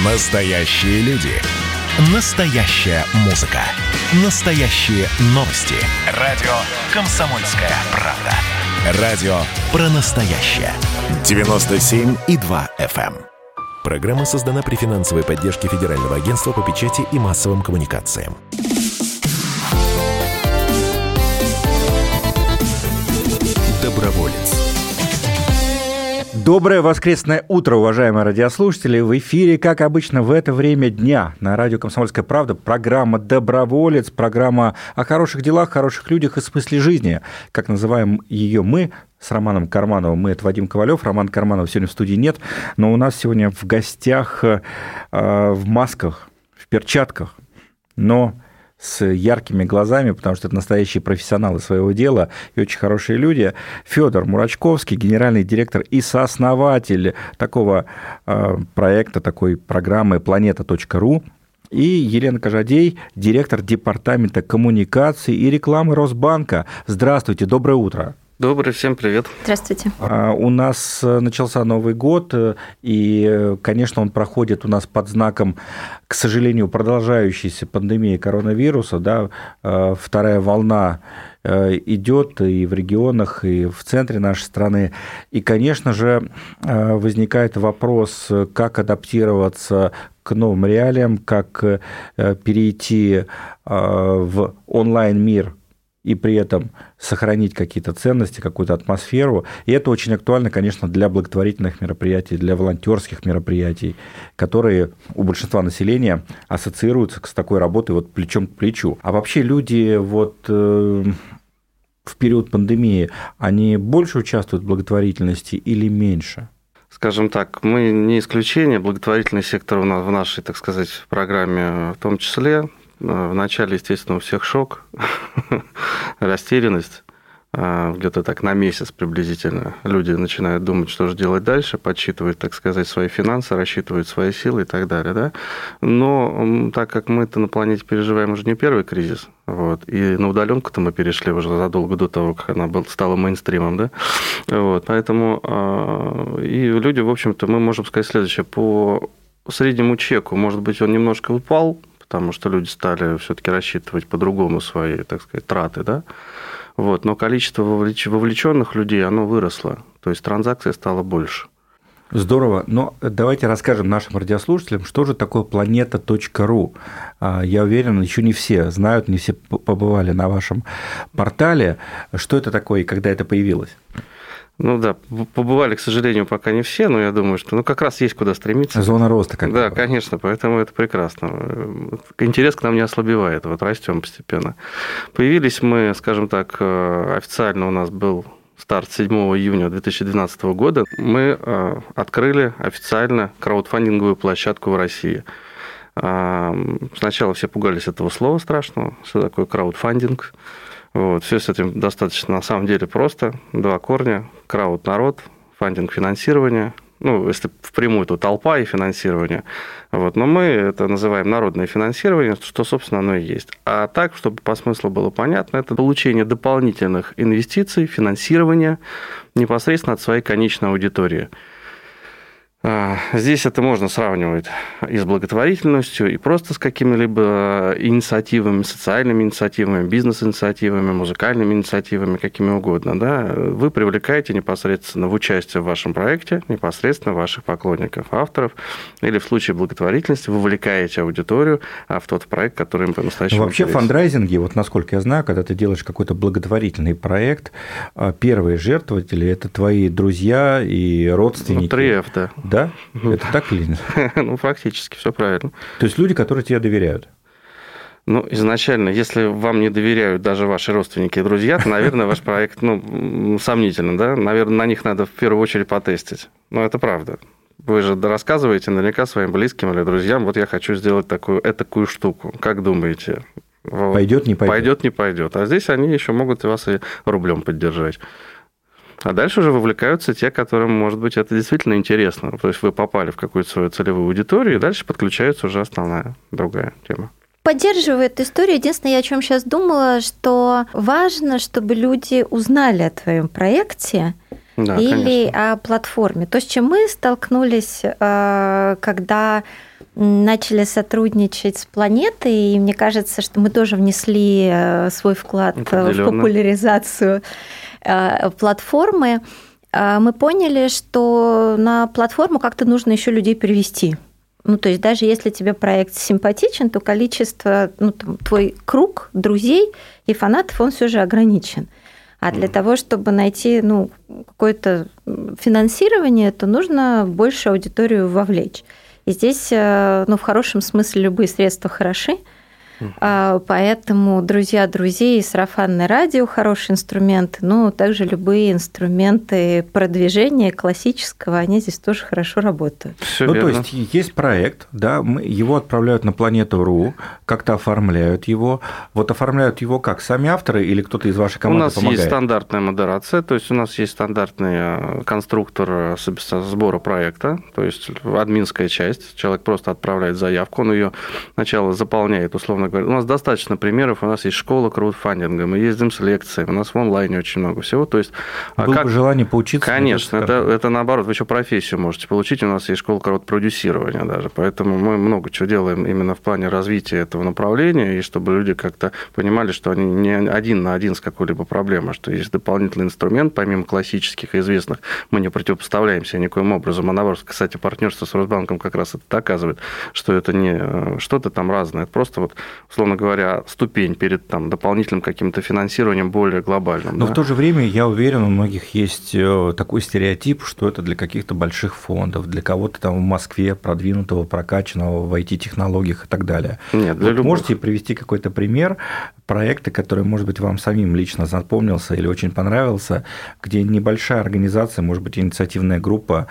Настоящие люди. Настоящая музыка. Настоящие новости. Радио «Комсомольская правда». Радио про настоящее. 97,2 FM. Программа создана при финансовой поддержке Федерального агентства по печати и массовым коммуникациям. Доброволец. Доброе воскресное утро, уважаемые радиослушатели. В эфире, как обычно, в это время дня на радио «Комсомольская правда» программа «Доброволец», программа о хороших делах, хороших людях и смысле жизни. Как называем ее мы с Романом Кармановым. Мы — это Вадим Ковалев. Роман Карманов сегодня в студии нет, но у нас сегодня в гостях в масках, в перчатках, но с яркими глазами, потому что это настоящие профессионалы своего дела и очень хорошие люди. Федор Мурачковский, генеральный директор и сооснователь такого проекта, такой программы «Планета.ру». И Елена Кожадей, директор департамента коммуникаций и рекламы Росбанка. Здравствуйте, доброе утро. Добрый, всем привет. Здравствуйте. У нас начался Новый год, и, конечно, он проходит у нас под знаком, к сожалению, продолжающейся пандемии коронавируса. Да, вторая волна идет и в регионах, и в центре нашей страны. И, конечно же, возникает вопрос, как адаптироваться к новым реалиям, как перейти в онлайн-мир и при этом сохранить какие-то ценности, какую-то атмосферу. И это очень актуально, конечно, для благотворительных мероприятий, для волонтерских мероприятий, которые у большинства населения ассоциируются с такой работой вот плечом к плечу. А вообще люди вот в период пандемии, они больше участвуют в благотворительности или меньше? Скажем так, мы не исключение, благотворительный сектор у нас в нашей, так сказать, программе в том числе. Вначале, естественно, у всех шок, растерянность, где-то так на месяц приблизительно. Люди начинают думать, что же делать дальше, подсчитывают, так сказать, свои финансы, рассчитывают свои силы и так далее. Да? Но так как мы-то на планете переживаем уже не первый кризис, вот, и на удаленку-то мы перешли уже задолго до того, как она стала мейнстримом, да? Вот, поэтому и люди, в общем-то, мы можем сказать следующее: по среднему чеку, может быть, он немножко упал, потому что люди стали все-таки рассчитывать по-другому свои, так сказать, траты, да? Вот, но количество вовлеченных людей, оно выросло, то есть транзакций стало больше. Здорово. Но давайте расскажем нашим радиослушателям, что же такое Планета.ру. Я уверен, еще не все знают, не все побывали на вашем портале. Что это такое и когда это появилось? Ну да, побывали, к сожалению, пока не все, но я думаю, что как раз есть куда стремиться. Зона роста, как да, конечно, поэтому это прекрасно. Интерес к нам не ослабевает, вот растем постепенно. Появились мы, скажем так, официально у нас был старт 7 июня 2012 года. Мы открыли официально краудфандинговую площадку в России. Сначала все пугались этого слова страшного, что такое краудфандинг. Вот, все с этим достаточно, на самом деле, просто. Два корня. Крауд – народ, фандинг – финансирование. Ну, если впрямую, то толпа и финансирование. Вот, но мы это называем народное финансирование, что, собственно, оно и есть. А так, чтобы по смыслу было понятно, это получение дополнительных инвестиций, финансирования непосредственно от своей конечной аудитории. Здесь это можно сравнивать и с благотворительностью, и просто с какими-либо инициативами, социальными инициативами, бизнес-инициативами, музыкальными инициативами, какими угодно. Да? Вы привлекаете непосредственно в участие в вашем проекте непосредственно ваших поклонников, авторов, или в случае благотворительности вовлекаете аудиторию в тот проект, который им по-настоящему вообще интересен. Фандрайзинги, вот насколько я знаю, когда ты делаешь какой-то благотворительный проект, первые жертвователи – это твои друзья и родственники. 3F, да. Да? Это так или нет? Ну, фактически, все правильно. То есть люди, которые тебе доверяют? Ну, изначально, если вам не доверяют даже ваши родственники и друзья, то, наверное, ваш проект, сомнительно, да? Наверное, на них надо в первую очередь потестить. Но это правда. Вы же рассказываете наверняка своим близким или друзьям: вот я хочу сделать такую штуку. Как думаете? Пойдет, не пойдет? Пойдет, не пойдет. А здесь они еще могут вас и рублем поддержать. А дальше уже вовлекаются те, которым, может быть, это действительно интересно. То есть вы попали в какую-то свою целевую аудиторию, и дальше подключается уже основная другая тема. Поддерживаю эту историю. Единственное, я о чем сейчас думала, что важно, чтобы люди узнали о твоем проекте, Да, или конечно. о платформе. То, с чем мы столкнулись, когда начали сотрудничать с Планетой, и мне кажется, что мы тоже внесли свой вклад в популяризацию платформы. Мы поняли, что на платформу как-то нужно еще людей привести. Ну, то есть даже если тебе проект симпатичен, то количество, твой круг друзей и фанатов, он все же ограничен. А для того, чтобы найти какое-то финансирование, то нужно больше аудиторию вовлечь. И здесь, в хорошем смысле, любые средства хороши. Поэтому друзья друзей, сарафанное радио – хороший инструмент, но также любые инструменты продвижения классического, они здесь тоже хорошо работают. Всё верно. То есть есть проект, да, его отправляют на Планету.ру, как-то оформляют его. Вот оформляют его как, сами авторы или кто-то из вашей команды помогает? У нас есть стандартная модерация, то есть у нас есть стандартный конструктор сбора проекта, то есть админская часть, человек просто отправляет заявку, он ее сначала заполняет, условно говоря. У нас достаточно примеров, у нас есть школа краудфандинга, мы ездим с лекциями, у нас в онлайне очень много всего. То есть, было бы желание поучиться? Конечно, это наоборот, вы еще профессию можете получить, у нас есть школа краудпродюсирования даже, поэтому мы много чего делаем именно в плане развития этого направления, и чтобы люди как-то понимали, что они не один на один с какой-либо проблемой, что есть дополнительный инструмент, помимо классических и известных, мы не противопоставляемся никоим образом. А наоборот, кстати, партнерство с Росбанком как раз это доказывает, что это не что-то там разное, это просто условно говоря, ступень перед дополнительным каким-то финансированием более глобальным. Но в то же время, я уверен, у многих есть такой стереотип, что это для каких-то больших фондов, для кого-то там в Москве продвинутого, прокачанного в IT-технологиях и так далее. Нет, для любых. Можете привести какой-то пример проекта, который, может быть, вам самим лично запомнился или очень понравился, где небольшая организация, может быть, инициативная группа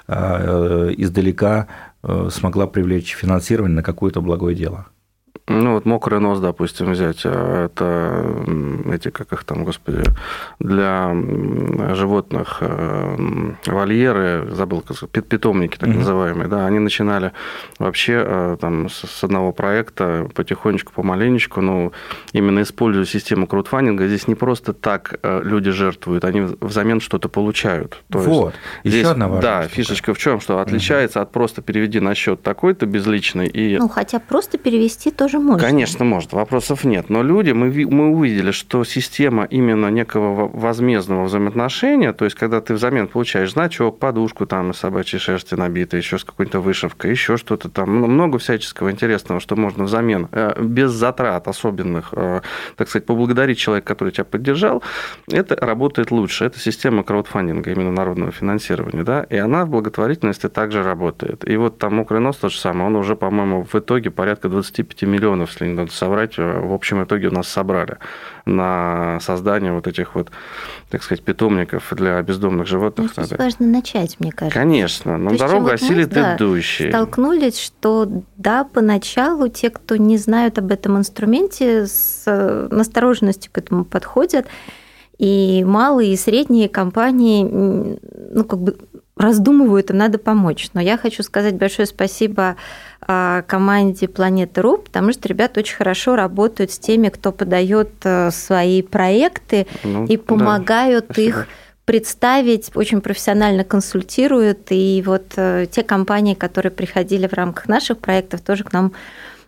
издалека смогла привлечь финансирование на какое-то благое дело? Мокрый нос, допустим, взять, это эти, как их там, господи, для животных вольеры, забыл, питомники так называемые, да, они начинали вообще с одного проекта потихонечку, помаленечку, именно используя систему краудфандинга, здесь не просто так люди жертвуют, они взамен что-то получают. То есть еще одна важная штука. Фишечка в чем, что отличается от просто переведи на счет такой-то безличный и... хотя просто перевести тоже можно. Конечно, может, вопросов нет. Но люди, мы увидели, что система именно некого возмездного взаимоотношения, то есть, когда ты взамен получаешь значок, подушку из собачьей шерсти набитой, еще с какой-то вышивкой, еще что-то там, много всяческого интересного, что можно взамен, без затрат особенных, так сказать, поблагодарить человека, который тебя поддержал, это работает лучше. Это система краудфандинга, именно народного финансирования, да, и она в благотворительности также работает. И «Мокрый нос» то же самое, он уже, по-моему, в итоге порядка 25 миллионов, если не надо соврать, в общем итоге у нас собрали на создание этих так сказать, питомников для бездомных животных. Здесь важно начать, мне кажется. Конечно, но дорога осилит идущие. Столкнулись, что поначалу те, кто не знают об этом инструменте, с настороженностью к этому подходят, и малые и средние компании, раздумывают, им надо помочь. Но я хочу сказать большое спасибо команде Планеты.ру, потому что ребята очень хорошо работают с теми, кто подает свои проекты и помогают их представить, очень профессионально консультируют. И те компании, которые приходили в рамках наших проектов, тоже к нам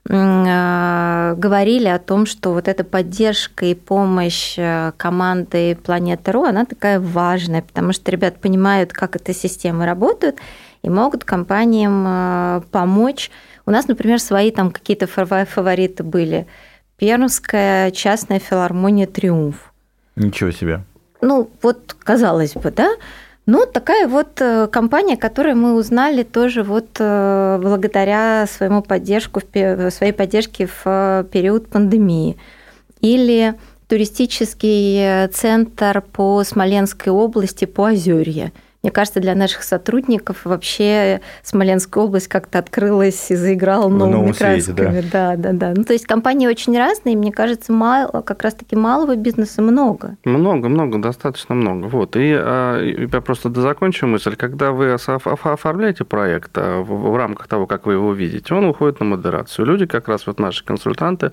говорили о том, что эта поддержка и помощь команды Планеты.ру, она такая важная, потому что ребята понимают, как эта система работает, и могут компаниям помочь. У нас, например, свои какие-то фавориты были. Пермская частная филармония «Триумф». Ничего себе. Казалось бы, да? Такая компания, которую мы узнали тоже благодаря своей поддержке в период пандемии. Или туристический центр по Смоленской области, по Озерье. мне кажется, для наших сотрудников вообще Смоленская область как-то открылась и заиграла новыми красками. Да. Ну, то есть компании очень разные, и мне кажется, как раз-таки малого бизнеса много. Много, достаточно много. Вот. И я просто дозакончу мысль. Когда вы оформляете проект в рамках того, как вы его видите, он уходит на модерацию. Люди, как раз вот наши консультанты,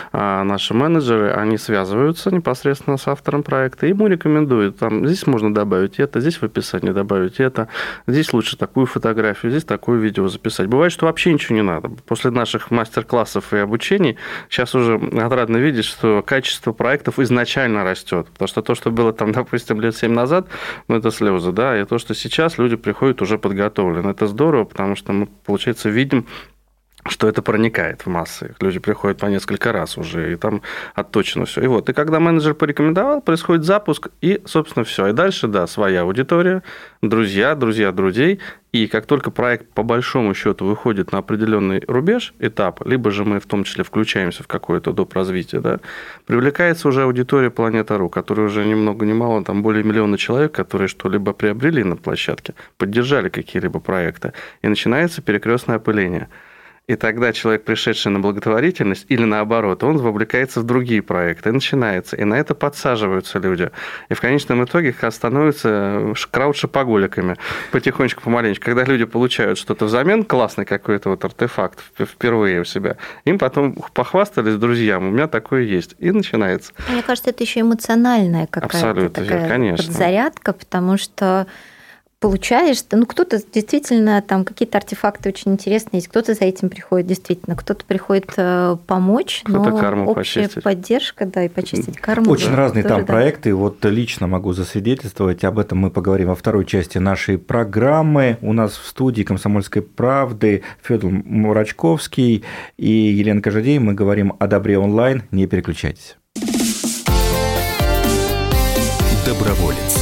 наши менеджеры, они связываются непосредственно с автором проекта, и ему рекомендуют, там, здесь можно добавить это, здесь в описании добавить это, здесь лучше такую фотографию, здесь такое видео записать. Бывает, что вообще ничего не надо. После наших мастер-классов и обучений сейчас уже отрадно видеть, что качество проектов изначально растет. Потому что то, что было там, допустим, лет 7 назад, ну, это слезы, да, и то, что сейчас люди приходят уже подготовлены. Это здорово, потому что мы, получается, видим, что это проникает в массы. Люди приходят по несколько раз уже, и там отточено все. И вот, и когда менеджер порекомендовал, происходит запуск, и, собственно, все. И дальше, да, своя аудитория, друзья друзей. И как только проект, по большому счету, выходит на определенный рубеж, этап, либо же мы в том числе включаемся в какое-то доп. Развитие, да, привлекается уже аудитория Планета.ру, которая уже ни много ни мало, там более 1 миллиона человек, которые что-либо приобрели на площадке, поддержали какие-либо проекты, и начинается перекрестное опыление. И тогда человек, пришедший на благотворительность, или наоборот, он вовлекается в другие проекты, и начинается. И на это подсаживаются люди. И в конечном итоге их становятся краудшопоголиками потихонечку, помаленечку. Когда люди получают что-то взамен, классный какой-то вот артефакт впервые у себя, им потом похвастались друзьям, у меня такое есть. И начинается. Мне кажется, это еще эмоциональная какая-то такая подзарядка, потому что получаешь, ну, кто-то действительно, там какие-то артефакты очень интересные есть, кто-то за этим приходит действительно, кто-то приходит помочь, кто-то карму общая почистить. Поддержка, да, и почистить карму. Очень разные там проекты, вот лично могу засвидетельствовать, об этом мы поговорим во второй части нашей программы. У нас в студии «Комсомольской правды» Федор Мурачковский и Елена Кожедей. Мы говорим о добре онлайн, не переключайтесь. Доброволец.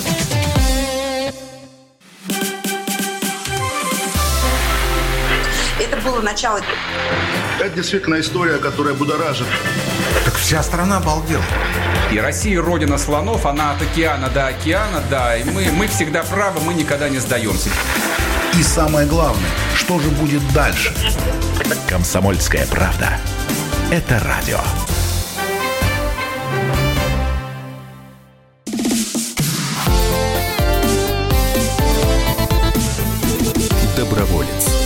Это было начало. Это действительно история, которая будоражит. Так вся страна обалдела. И Россия родина слонов, она от океана до океана, да. И мы всегда правы, мы никогда не сдаемся. И самое главное, что же будет дальше? «Комсомольская правда». Это радио. Доброволец.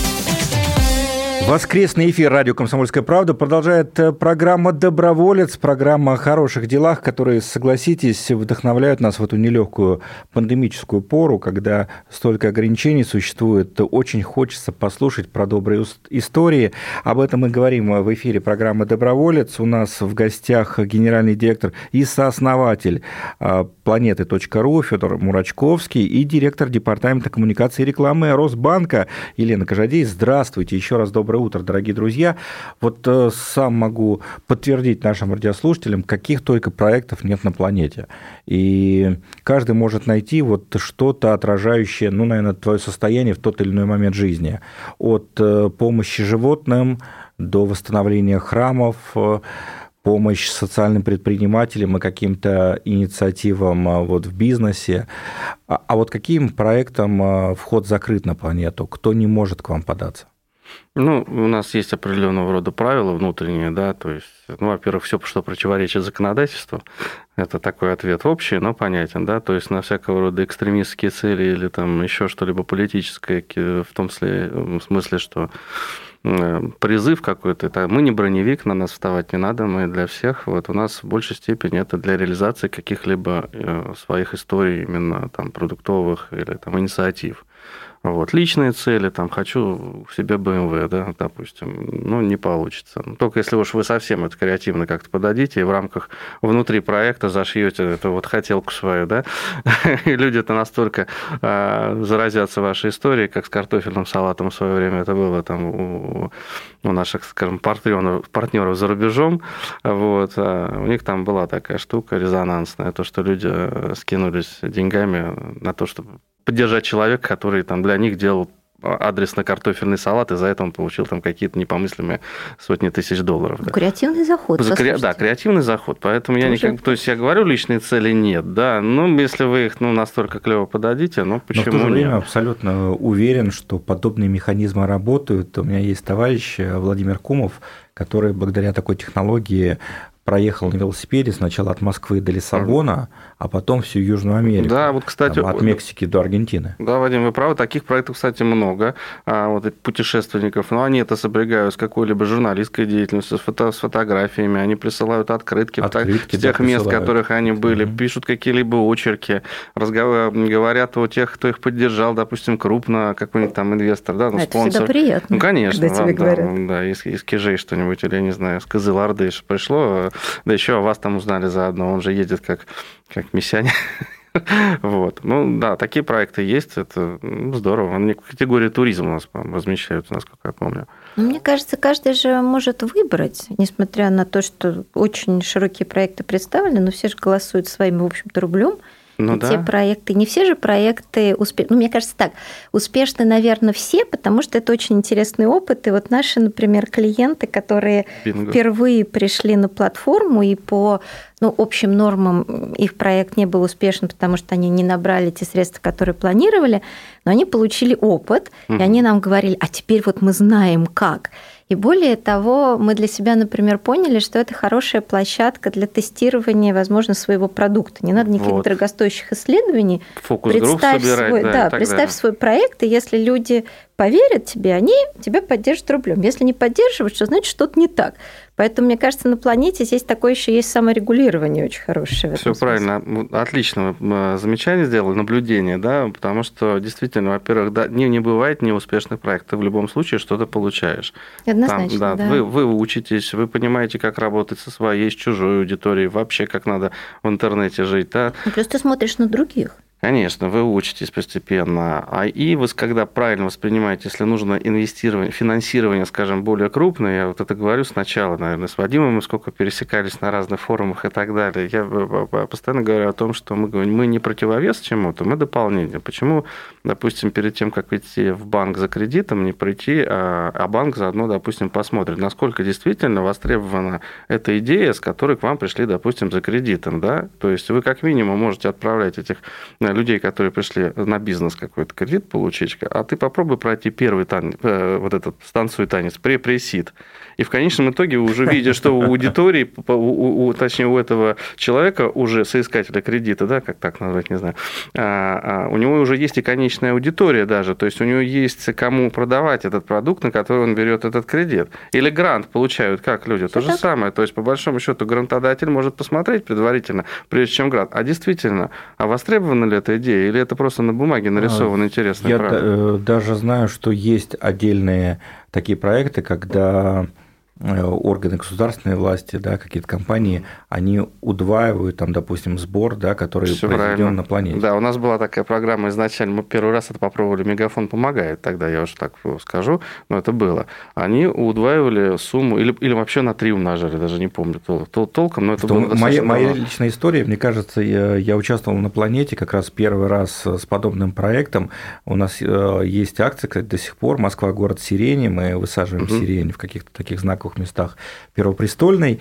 Воскресный эфир радио «Комсомольская правда» продолжает программа «Доброволец», программа о хороших делах, которые, согласитесь, вдохновляют нас в эту нелегкую пандемическую пору, когда столько ограничений существует. Очень хочется послушать про добрые истории. Об этом мы говорим в эфире программы «Доброволец». У нас в гостях генеральный директор и сооснователь Планеты.ру Федор Мурачковский и директор департамента коммуникации и рекламы Росбанка Елена Кожедей. Здравствуйте, еще раз доброе утро, дорогие друзья. Вот сам могу подтвердить нашим радиослушателям, каких только проектов нет на планете. И каждый может найти вот что-то отражающее, ну, наверное, твое состояние в тот или иной момент жизни. От помощи животным до восстановления храмов, помощь социальным предпринимателям и каким-то инициативам вот в бизнесе. А вот каким проектам вход закрыт на планету? Кто не может к вам податься? Ну, у нас есть определенного рода правила внутренние, да, то есть, ну, во-первых, все, что противоречит законодательству, это такой ответ общий, но понятен, да, то есть на всякого рода экстремистские цели или там еще что-либо политическое, в том смысле, что призыв какой-то, мы не броневик, на нас вставать не надо, мы для всех, вот у нас в большей степени это для реализации каких-либо своих историй, именно там продуктовых или там инициатив. Вот. Личные цели, там, хочу в себе BMW, да, допустим, ну, не получится. Только если уж вы совсем это креативно как-то подадите и в рамках внутри проекта зашьете эту вот хотелку свою, да, и люди-то настолько заразятся вашей историей, как с картофельным салатом в свое время это было там у наших, скажем, партнеров за рубежом, вот, у них там была такая штука резонансная, то, что люди скинулись деньгами на то, чтобы поддержать человека, который там для них делал адресно-картофельный салат, и за это он получил там какие-то непомыслимые сотни тысяч долларов. Да. Креативный заход. Да, креативный заход. Поэтому то есть я говорю, личные цели нет, да, но если вы их настолько клево подадите, почему нет? Но в то же время абсолютно уверен, что подобные механизмы работают. У меня есть товарищ Владимир Кумов, который благодаря такой технологии проехал на велосипеде сначала от Москвы до Лиссабона, а потом всю Южную Америку. Да, вот, кстати, от Мексики до Аргентины. Да, Вадим, вы правы. Таких проектов, кстати, много. Путешественников. Но они это сопрягают с какой-либо журналистской деятельностью, с фотографиями. Они присылают открытки с тех мест, в которых они были, пишут какие-либо очерки, говорят о тех, кто их поддержал, допустим, крупно, какой-нибудь там инвестор, да, это спонсор. всегда приятно, конечно, когда тебе говорят. Да, из Кижей что-нибудь, или, я не знаю, с Кызылорды пришло. Да еще о вас там узнали заодно, он же едет как миссионер. Вот. Да, такие проекты есть, это здорово. Они в категории туризма у нас размещаются, насколько я помню. Мне кажется, каждый же может выбрать, несмотря на то, что очень широкие проекты представлены, но все же голосуют своим, в общем-то, рублем. Те проекты, не все же проекты успешны. Мне кажется, так, успешны, наверное, все, потому что это очень интересный опыт. И вот наши, например, клиенты, которые впервые пришли на платформу и по общим нормам их проект не был успешен, потому что они не набрали те средства, которые планировали, но они получили опыт, и они нам говорили, а теперь вот мы знаем как. И более того, мы для себя, например, поняли, что это хорошая площадка для тестирования, возможно, своего продукта. Не надо никаких дорогостоящих исследований. Фокус-групп собирать. Представь свой проект, и если люди поверят тебе, они тебя поддержат рублем. Если не поддерживают, что значит что-то не так. Поэтому, мне кажется, на планете здесь такое еще есть саморегулирование очень хорошее. Все правильно. Отлично замечание сделали, наблюдение, да, потому что действительно, во-первых, не бывает неуспешных проектов. Ты в любом случае что-то получаешь. Однозначно, да. Вы учитесь, вы понимаете, как работать со своей, с чужой аудиторией, вообще как надо в интернете жить. Да? Плюс ты смотришь на других. Конечно, вы учитесь постепенно. И вы, когда правильно воспринимаете, если нужно инвестирование, финансирование, скажем, более крупное, я вот это говорю сначала, наверное, с Вадимом мы сколько пересекались на разных форумах и так далее, я постоянно говорю о том, что мы не противовес чему-то, мы дополнение. Почему, допустим, перед тем, как идти в банк за кредитом, не прийти, а банк заодно, допустим, посмотрит, насколько действительно востребована эта идея, с которой к вам пришли, допустим, за кредитом, да? То есть вы как минимум можете отправлять этих людей, которые пришли на бизнес какой-то кредит получить, а ты попробуй пройти первый танец, вот этот станцию танец, пресид. И в конечном итоге уже видя, что у аудитории, точнее у этого человека, уже соискателя кредита, да, как так назвать, не знаю, у него уже есть и конечная аудитория даже, то есть у него есть кому продавать этот продукт, на который он берет этот кредит. Или грант получают, как люди, то же самое. То есть, по большому счету, грантодатель может посмотреть предварительно, прежде чем грант. А действительно, востребована ли эта идея, или это просто на бумаге нарисовано интересный проект? Я даже знаю, что есть отдельные такие проекты, когда органы государственной власти, да, какие-то компании, они удваивают, там, допустим, сбор, да, который произведен на планете. Да, у нас была такая программа изначально, мы первый раз это попробовали, Мегафон помогает, тогда я уже так скажу, но это было. Они удваивали сумму, или вообще на 3 умножали, даже не помню толком, но это было достаточно Моя личная история, мне кажется, я участвовал на планете как раз первый раз с подобным проектом. У нас есть акция, кстати, до сих пор, Москва, город сирени, мы высаживаем сирень в каких-то таких знаковых местах Первопрестольной,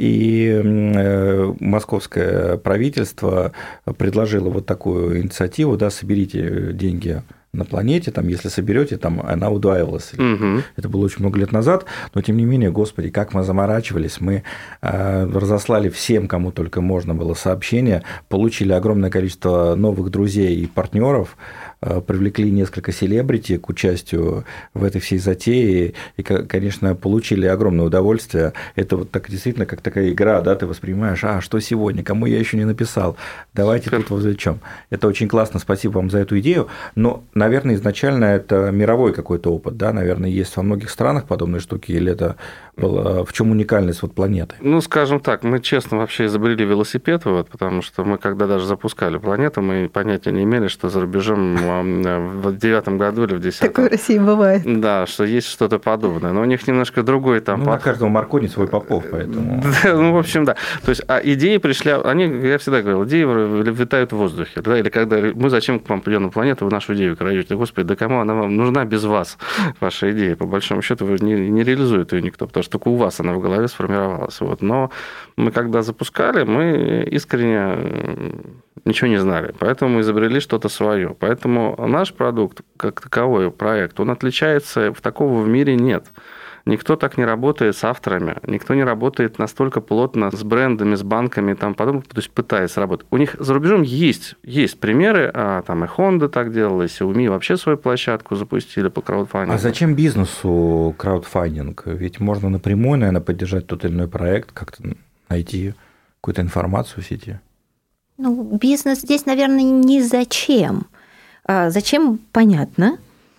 и московское правительство предложило вот такую инициативу, да, соберите деньги на планете, там, если соберете, там она удваивалась. Это было очень много лет назад, но тем не менее, господи, как мы заморачивались, мы разослали всем, кому только можно было, сообщения, получили огромное количество новых друзей и партнеров, привлекли несколько селебрити к участию в этой всей затее, и, конечно, получили огромное удовольствие. Это вот так действительно как такая игра, да, ты воспринимаешь, что сегодня, кому я еще не написал, давайте тут вовлечем. Это очень классно, спасибо вам за эту идею, но, наверное, изначально это мировой какой-то опыт, да, наверное, есть во многих странах подобные штуки, или это было, в чем уникальность вот планеты? Ну, скажем так, мы честно вообще изобрели велосипед, вот, потому что мы, когда даже запускали планету, мы понятия не имели, что за рубежом в 2009 году или в 2010. Такое в России бывает. Да, что есть что-то подобное. Но у них немножко другой там... на каждого Маркони свой Попов, поэтому... Ну, в общем, да. То есть, а идеи пришли... Я всегда говорил, идеи витают в воздухе. Да? Или когда мы зачем к вам придем на планету, вы нашу идею крадете. Господи, да кому она вам нужна без вас, ваша идея? По большому счету, вы не реализует ее никто, потому что только у вас она в голове сформировалась. Вот. Но мы когда запускали, мы искренне ничего не знали. Поэтому мы изобрели что-то свое. Поэтому наш продукт, как таковой проект, он отличается, такого в мире нет. Никто так не работает с авторами, никто не работает настолько плотно с брендами, с банками и там подобное, то есть пытается работать. У них за рубежом есть примеры, там и Honda так делала, и Xiaomi вообще свою площадку запустили по краудфандингу. А зачем бизнесу краудфандинг? Ведь можно напрямую, наверное, поддержать тот или иной проект, как-то найти какую-то информацию в сети. Ну, бизнес здесь, наверное, не зачем. Зачем, понятно.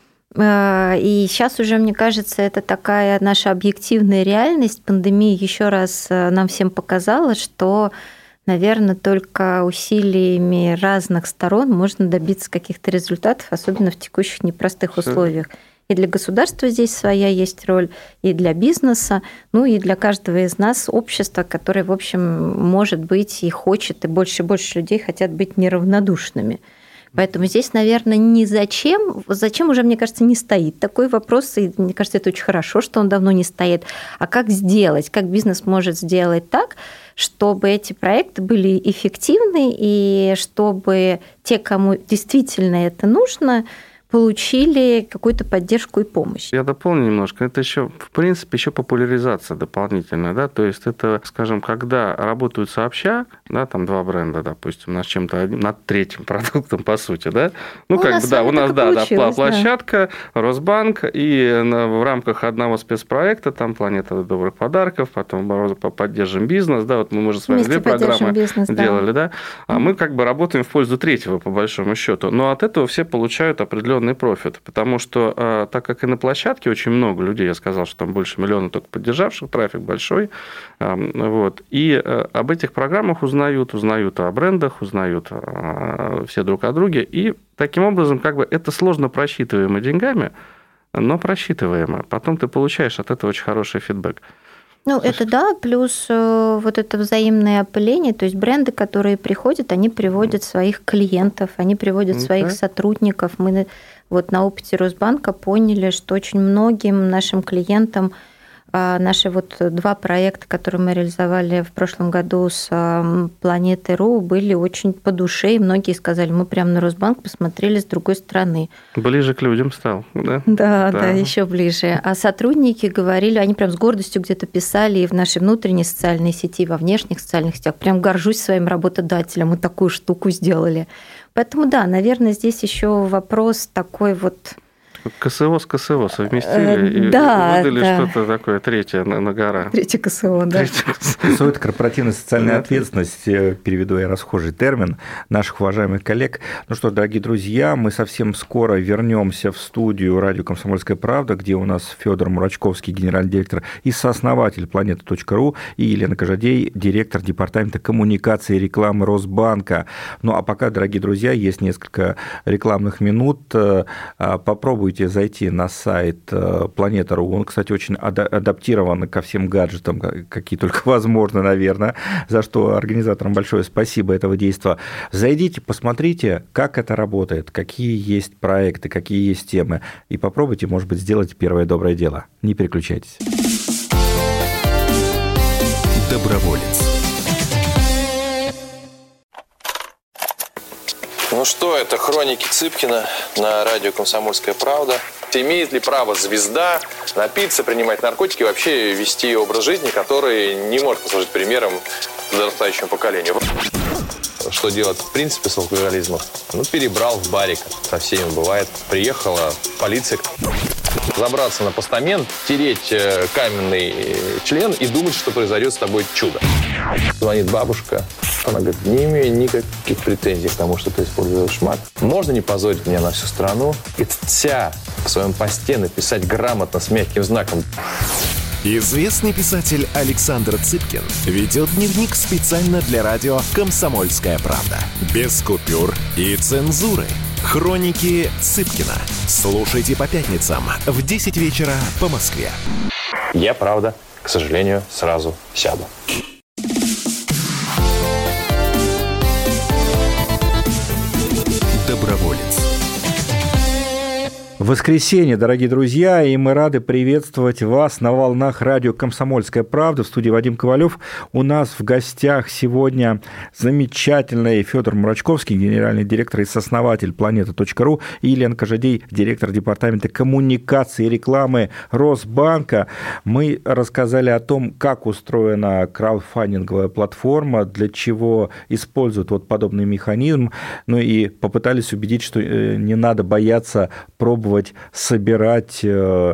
И сейчас уже, мне кажется, это такая наша объективная реальность. Пандемия еще раз нам всем показала, что, наверное, только усилиями разных сторон можно добиться каких-то результатов, особенно в текущих непростых условиях. И для государства здесь своя есть роль, и для бизнеса, ну и для каждого из нас общества, которое, в общем, может быть и хочет, и больше людей хотят быть неравнодушными. Поэтому здесь, наверное, не зачем уже, мне кажется, не стоит такой вопрос, и мне кажется, это очень хорошо, что он давно не стоит, а как сделать, как бизнес может сделать так, чтобы эти проекты были эффективны, и чтобы те, кому действительно это нужно, получили какую-то поддержку и помощь. Я дополню немножко. Это еще, в принципе, еще популяризация дополнительная, да, то есть это, скажем, когда работают сообща, да, там два бренда, допустим, над чем-то одним, над третьим продуктом, по сути, да, ну, как бы, да, у нас, да, площадка, да. Росбанк, и в рамках одного спецпроекта, там, «Планета добрых подарков», потом «Поддержим бизнес», да, вот мы уже с вами две программы делали, да, а мы как бы работаем в пользу третьего, по большому счету, но от этого все получают определенный профит, потому что, так как и на площадке очень много людей, я сказал, что там больше миллиона только поддержавших, трафик большой, вот, и об этих программах узнают о брендах, узнают все друг о друге, и таким образом, как бы, это сложно просчитываемо деньгами, но просчитываемо. Потом ты получаешь от этого очень хороший фидбэк. Ну, это да, плюс вот это взаимное опыление, то есть бренды, которые приходят, они приводят своих клиентов, они приводят своих сотрудников. Мы вот на опыте Росбанка поняли, что очень многим нашим клиентам наши вот два проекта, которые мы реализовали в прошлом году с Планетой.ру, были очень по душе, и многие сказали, мы прямо на Росбанк посмотрели с другой стороны. Ближе к людям стал, да? Да, еще ближе. А сотрудники говорили, они прям с гордостью где-то писали и в нашей внутренней социальной сети, и во внешних социальных сетях, прям горжусь своим работодателем, мы такую штуку сделали. Поэтому да, наверное, здесь еще вопрос такой вот... КСО с КСО совместили и выдали что-то такое третье на гора. Третье КСО, да. КСО – это корпоративная социальная ответственность, переведу я расхожий термин наших уважаемых коллег. Ну что, дорогие друзья, мы совсем скоро вернемся в студию радио «Комсомольская правда», где у нас Федор Мурачковский, генеральный директор и сооснователь Планеты.ру, и Елена Кожадей, директор департамента коммуникации и рекламы Росбанка. Ну а пока, дорогие друзья, есть несколько рекламных минут. Попробуйте зайти на сайт Планета.ру. Он, кстати, очень адаптирован ко всем гаджетам, какие только возможно, наверное, за что организаторам большое спасибо этого действа. Зайдите, посмотрите, как это работает, какие есть проекты, какие есть темы, и попробуйте, может быть, сделать первое доброе дело. Не переключайтесь. Доброволец. Ну что, это хроники Цыпкина на радио «Комсомольская правда». Имеет ли право звезда напиться, принимать наркотики и вообще вести образ жизни, который не может послужить примером подрастающему поколению? Что делать в принципе с алкоголизмом? Ну, перебрал в барик. Со всеми бывает. Приехала полиция. Забраться на постамент, тереть каменный член и думать, что произойдет с тобой чудо. Звонит бабушка. Она говорит, не имею никаких претензий к тому, что ты используешь мат. Можно не позорить меня на всю страну и вся в своем посте написать грамотно с мягким знаком. Известный писатель Александр Цыпкин ведет дневник специально для радио «Комсомольская правда». Без купюр и цензуры. Хроники Цыпкина. Слушайте по пятницам в 10 вечера по Москве. Я, правда, к сожалению, сразу сяду. Доброволец. Воскресенье, дорогие друзья, и мы рады приветствовать вас на волнах радио «Комсомольская правда». В студии Вадим Ковалев. У нас в гостях сегодня замечательный Федор Мурачковский, генеральный директор и сооснователь Planeta.ru, и Елена Кожедей, директор департамента коммуникации и рекламы Росбанка. Мы рассказали о том, как устроена краудфандинговая платформа, для чего используют вот подобный механизм, ну и попытались убедить, что не надо бояться пробовать собирать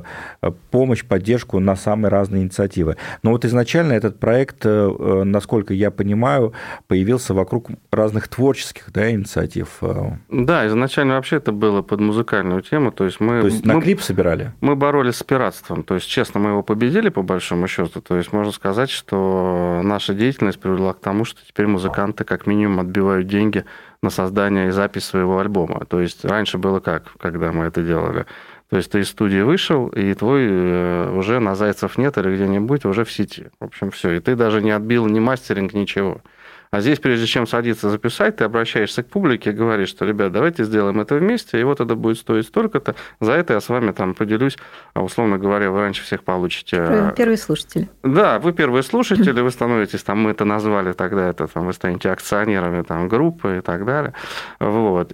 помощь, поддержку на самые разные инициативы. Но вот изначально этот проект, насколько я понимаю, появился вокруг разных творческих, да, инициатив. Да, изначально вообще это было под музыкальную тему. То есть на клип собирали? Мы боролись с пиратством. То есть, честно, мы его победили, по большому счету. То есть, можно сказать, что наша деятельность привела к тому, что теперь музыканты как минимум отбивают деньги на создание и запись своего альбома. То есть раньше было как, когда мы это делали? То есть ты из студии вышел, и твой уже на Зайцев нет или где-нибудь уже в сети. В общем, все. И ты даже не отбил ни мастеринг, ничего. А здесь, прежде чем садиться записать, ты обращаешься к публике и говоришь, что, ребят, давайте сделаем это вместе, и вот это будет стоить столько-то. За это я с вами там поделюсь. А условно говоря, вы раньше всех получите... Первые слушатели. Да, вы первые слушатели, вы становитесь, там, мы это назвали тогда, это, там, вы станете акционерами там, группы и так далее. Вот.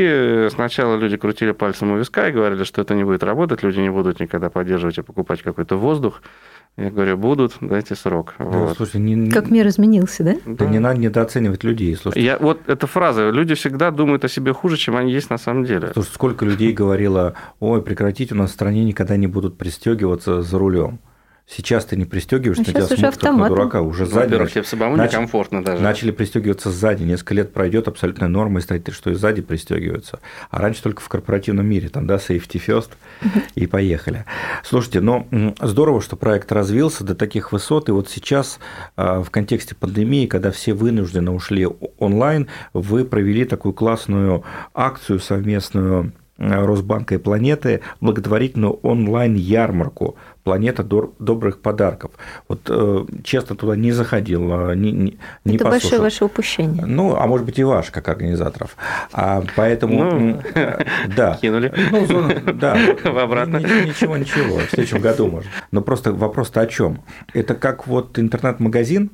И сначала люди крутили пальцем у виска и говорили, что это не будет работать, люди не будут никогда поддерживать и покупать какой-то воздух. Я говорю, будут, дайте срок. Да, вот. Слушай, как мир изменился, да? Да не надо недооценивать людей. Слушай. Вот эта фраза, люди всегда думают о себе хуже, чем они есть на самом деле. Слушай, сколько людей говорило, ой, прекратите, у нас в стране никогда не будут пристегиваться за рулем. Сейчас ты не пристегиваешься, на тебя смотрят как на дурака. Уже сзади. Во-первых, тебе самому некомфортно даже. Начали пристегиваться сзади. Несколько лет пройдет, абсолютная норма, и стоит, что и сзади пристегиваются. А раньше только в корпоративном мире, там, да, safety first, и поехали. Слушайте, но здорово, что проект развился до таких высот, и вот сейчас в контексте пандемии, когда все вынужденно ушли онлайн, вы провели такую классную акцию совместную Росбанка и Планеты, благотворительную онлайн-ярмарку «Планета добрых подарков». Вот честно, туда не заходил, не это послушал. Большое ваше упущение. Ну, а может быть, и ваш, как организаторов. Поэтому... Да. Кинули. Да. Обратно. Ничего, в следующем году, может. Но просто вопрос-то о чем? Это как вот интернет-магазин,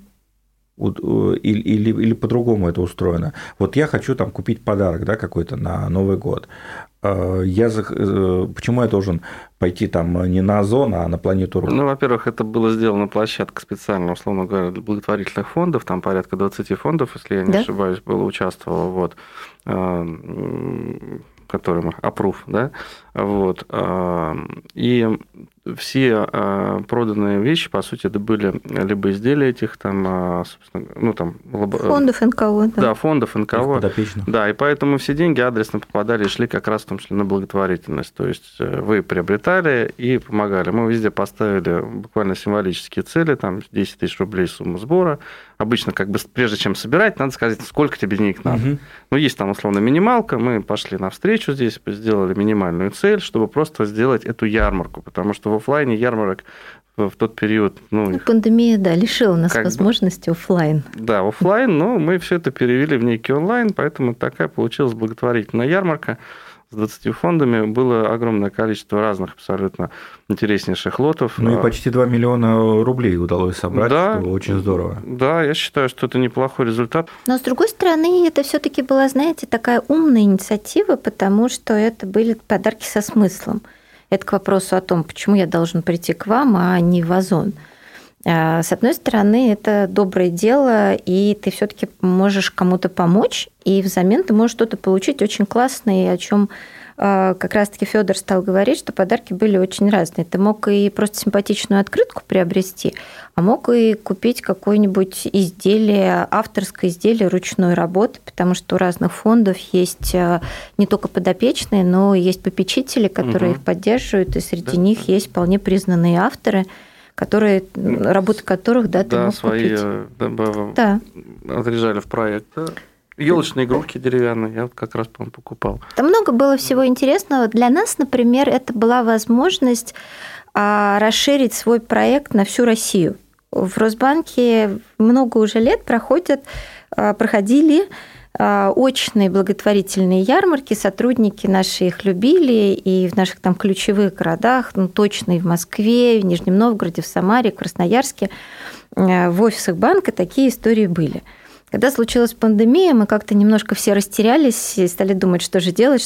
или по-другому это устроено. Вот я хочу там купить подарок, да, какой-то на Новый год. Почему я должен пойти там не на Озон, а на Планету.ру? Ну, во-первых, это было сделано площадка специально, условно говоря, для благотворительных фондов, там порядка 20 фондов, если я не ошибаюсь, было участвовало, вот, которым approve, да, вот, и все проданные вещи, по сути, это были либо изделия этих там, собственно, ну там фондов НКО, да. Да, фондов НКО. Да, и поэтому все деньги адресно попадали и шли как раз в том числе на благотворительность. То есть вы приобретали и помогали. Мы везде поставили буквально символические цели, там 10 тысяч рублей сумма сбора. Обычно, как бы, прежде чем собирать, надо сказать, сколько тебе денег надо. Угу. Ну, есть там, условно, минималка, мы пошли навстречу здесь, сделали минимальную цель, чтобы просто сделать эту ярмарку, потому что в офлайне ярмарок в тот период... Ну, пандемия, да, лишила нас возможности офлайн. Да, офлайн, но мы все это перевели в некий онлайн, поэтому такая получилась благотворительная ярмарка с 20 фондами. Было огромное количество разных абсолютно интереснейших лотов. Ну и почти 2 миллиона рублей удалось собрать, да, что очень здорово. Да, я считаю, что это неплохой результат. Но, с другой стороны, это все-таки была, знаете, такая умная инициатива, потому что это были подарки со смыслом. Это к вопросу о том, почему я должен прийти к вам, а не в Озон. С одной стороны, это доброе дело, и ты все-таки можешь кому-то помочь, и взамен ты можешь что-то получить очень классное, о чем как раз-таки Федор стал говорить, что подарки были очень разные. Ты мог и просто симпатичную открытку приобрести, а мог и купить какое-нибудь изделие, авторское изделие ручной работы, потому что у разных фондов есть не только подопечные, но и есть попечители, которые их поддерживают, и среди них есть вполне признанные авторы, которые, работы которых, да, ты мог свои, купить. Да, отряжали в проект. Елочные игрушки деревянные, я вот как раз, по-моему, покупал. Там много было всего интересного. Для нас, например, это была возможность расширить свой проект на всю Россию. В Росбанке много уже лет проходили очные благотворительные ярмарки, сотрудники наши их любили, и в наших там ключевых городах, точно и в Москве, в Нижнем Новгороде, в Самаре, в Красноярске, в офисах банка такие истории были. Когда случилась пандемия, мы как-то немножко все растерялись и стали думать, что же делать,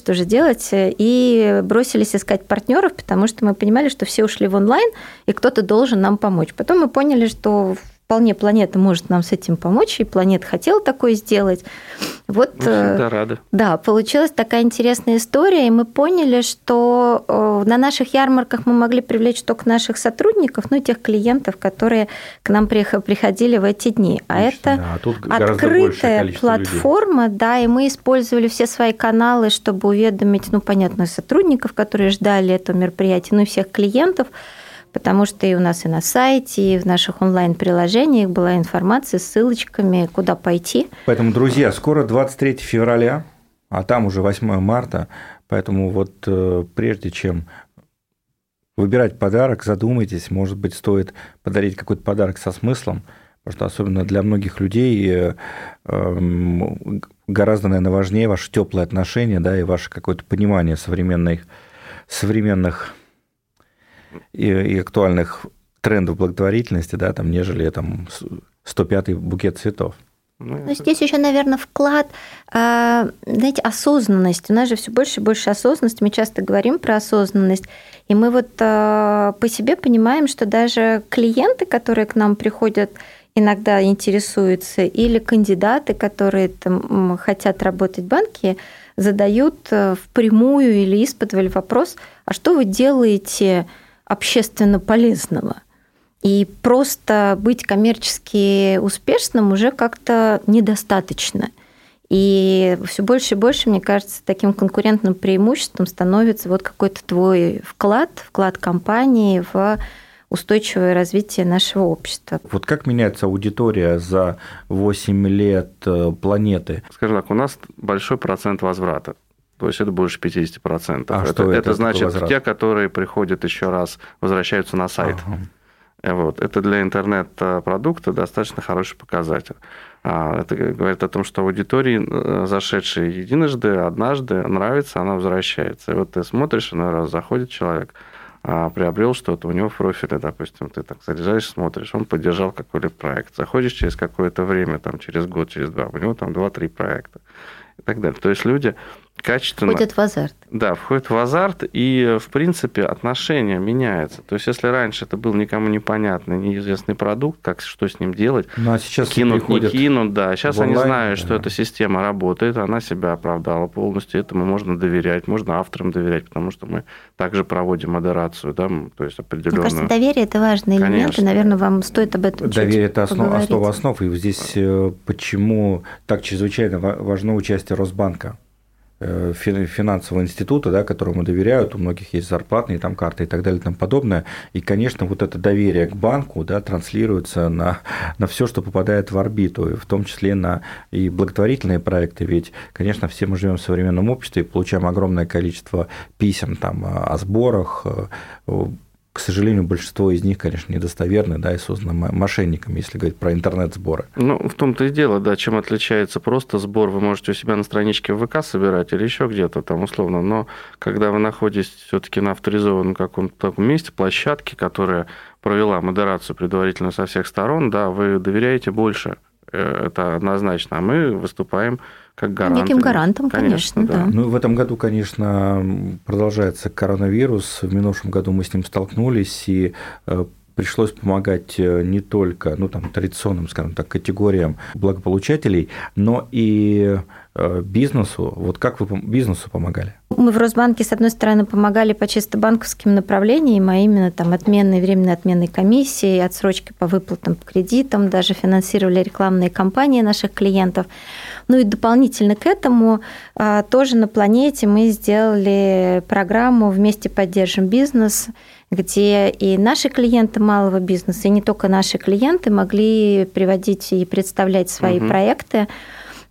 и бросились искать партнеров, потому что мы понимали, что все ушли в онлайн, и кто-то должен нам помочь. Потом мы поняли, что вполне Планета может нам с этим помочь, и Планета хотела такое сделать. Вот, мы всегда рады. Да, получилась такая интересная история, и мы поняли, что на наших ярмарках мы могли привлечь только наших сотрудников, тех клиентов, которые к нам приходили в эти дни. Отлично, а это открытая платформа, людей. Да, и мы использовали все свои каналы, чтобы уведомить, понятно, сотрудников, которые ждали этого мероприятия, и всех клиентов, потому что и у нас и на сайте, и в наших онлайн-приложениях была информация с ссылочками, куда пойти. Поэтому, друзья, скоро 23 февраля, а там уже 8 марта, поэтому прежде чем выбирать подарок, задумайтесь, может быть, стоит подарить какой-то подарок со смыслом, потому что особенно для многих людей гораздо, наверное, важнее ваше теплое отношение, да, и ваше какое-то понимание современных и актуальных трендов благотворительности, да, нежели 105-й букет цветов. Здесь еще, наверное, вклад, осознанность. У нас же все больше и больше осознанности. Мы часто говорим про осознанность. И мы по себе понимаем, что даже клиенты, которые к нам приходят, иногда интересуются, или кандидаты, которые хотят работать в банке, задают впрямую или исподволь вопрос: а что вы делаете общественно полезного? И просто быть коммерчески успешным уже как-то недостаточно. И все больше и больше, мне кажется, таким конкурентным преимуществом становится какой-то твой вклад компании в устойчивое развитие нашего общества. Как меняется аудитория за 8 лет Планеты? Скажем так, у нас большой процент возврата. То есть это больше 50%. А это значит, те, которые приходят еще раз, возвращаются на сайт. Это для интернет-продукта достаточно хороший показатель. Это говорит о том, что аудитории, зашедшей единожды, однажды, нравится, она возвращается. И ты смотришь, иной раз заходит человек, приобрел что-то, у него в профиле, допустим, ты заряжаешь, смотришь, он поддержал какой-либо проект. Заходишь через какое-то время, через год, через два, у него 2-3 проекта и так далее. То есть люди качественно... Входят в азарт. Да, входят в азарт, и, в принципе, отношение меняется. То есть, если раньше это был никому непонятный, неизвестный продукт, что с ним делать, а сейчас кинут, не кинут, да. Сейчас они знают, что эта система работает, она себя оправдала полностью, этому можно доверять, можно авторам доверять, потому что мы также проводим модерацию, да, то есть определенную... Мне кажется, доверие – это важный элемент, и, наверное, вам стоит об этом чуть доверие – это поговорить. основа основ, и здесь почему так чрезвычайно важно участие Росбанка, финансового института, да, которому доверяют, у многих есть зарплатные карты и так далее и тому подобное. И, конечно, это доверие к банку, да, транслируется на все, что попадает в орбиту, и в том числе на и благотворительные проекты. Ведь, конечно, все мы живем в современном обществе и получаем огромное количество писем о сборах. К сожалению, большинство из них, конечно, недостоверны, да, и созданы мошенниками, если говорить про интернет-сборы. В том-то и дело, да, чем отличается просто сбор. Вы можете у себя на страничке в ВК собирать или еще где-то условно, но когда вы находитесь все-таки на авторизованном каком-то таком месте, площадке, которая провела модерацию предварительно со всех сторон, да, вы доверяете больше. Это однозначно. А мы выступаем как гаранты. Неким гарантом, конечно, да. В этом году, конечно, продолжается коронавирус. В минувшем году мы с ним столкнулись, и пришлось помогать не только традиционным, скажем так, категориям благополучателей, но и бизнесу. Как вы бизнесу помогали? Мы в Росбанке, с одной стороны, помогали по чисто банковским направлениям, а именно временной отменной комиссии, отсрочки по выплатам, по кредитам, даже финансировали рекламные кампании наших клиентов. И дополнительно к этому тоже на Планете мы сделали программу «Вместе поддержим бизнес», где и наши клиенты малого бизнеса, и не только наши клиенты могли приводить и представлять свои проекты.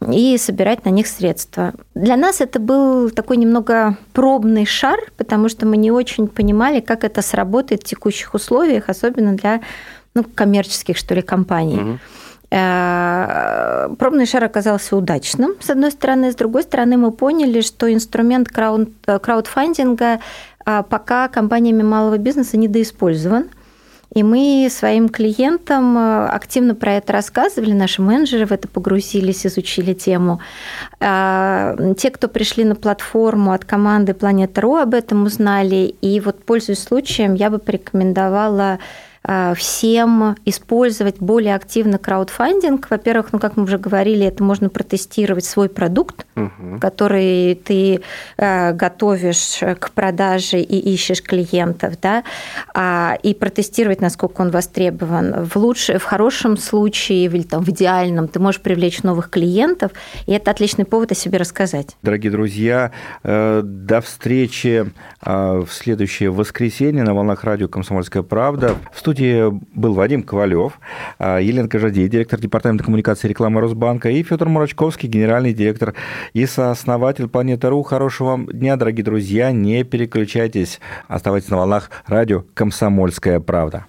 и собирать на них средства. Для нас это был такой немного пробный шар, потому что мы не очень понимали, как это сработает в текущих условиях, особенно для коммерческих, что ли, компаний. Пробный шар оказался удачным, с одной стороны. С другой стороны, мы поняли, что инструмент краудфандинга пока компаниями малого бизнеса недоиспользован. И мы своим клиентам активно про это рассказывали, наши менеджеры в это погрузились, изучили тему. Те, кто пришли на платформу от команды Planeta.ru, об этом узнали. И вот, пользуясь случаем, я бы порекомендовала всем использовать более активно краудфандинг. Во-первых, как мы уже говорили, это можно протестировать свой продукт, который ты готовишь к продаже и ищешь клиентов, да, и протестировать, насколько он востребован. В хорошем случае, или в идеальном, ты можешь привлечь новых клиентов, и это отличный повод о себе рассказать. Дорогие друзья, до встречи в следующее воскресенье на волнах радио «Комсомольская правда». В студии был Вадим Ковалев, Елена Кожадей, директор департамента коммуникации и рекламы Росбанка, и Федор Мурачковский, генеральный директор и сооснователь Planeta.ru. Хорошего вам дня, дорогие друзья. Не переключайтесь. Оставайтесь на волнах радио «Комсомольская правда».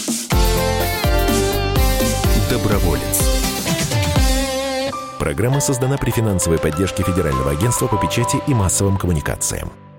Доброволец. Программа создана при финансовой поддержке Федерального агентства по печати и массовым коммуникациям.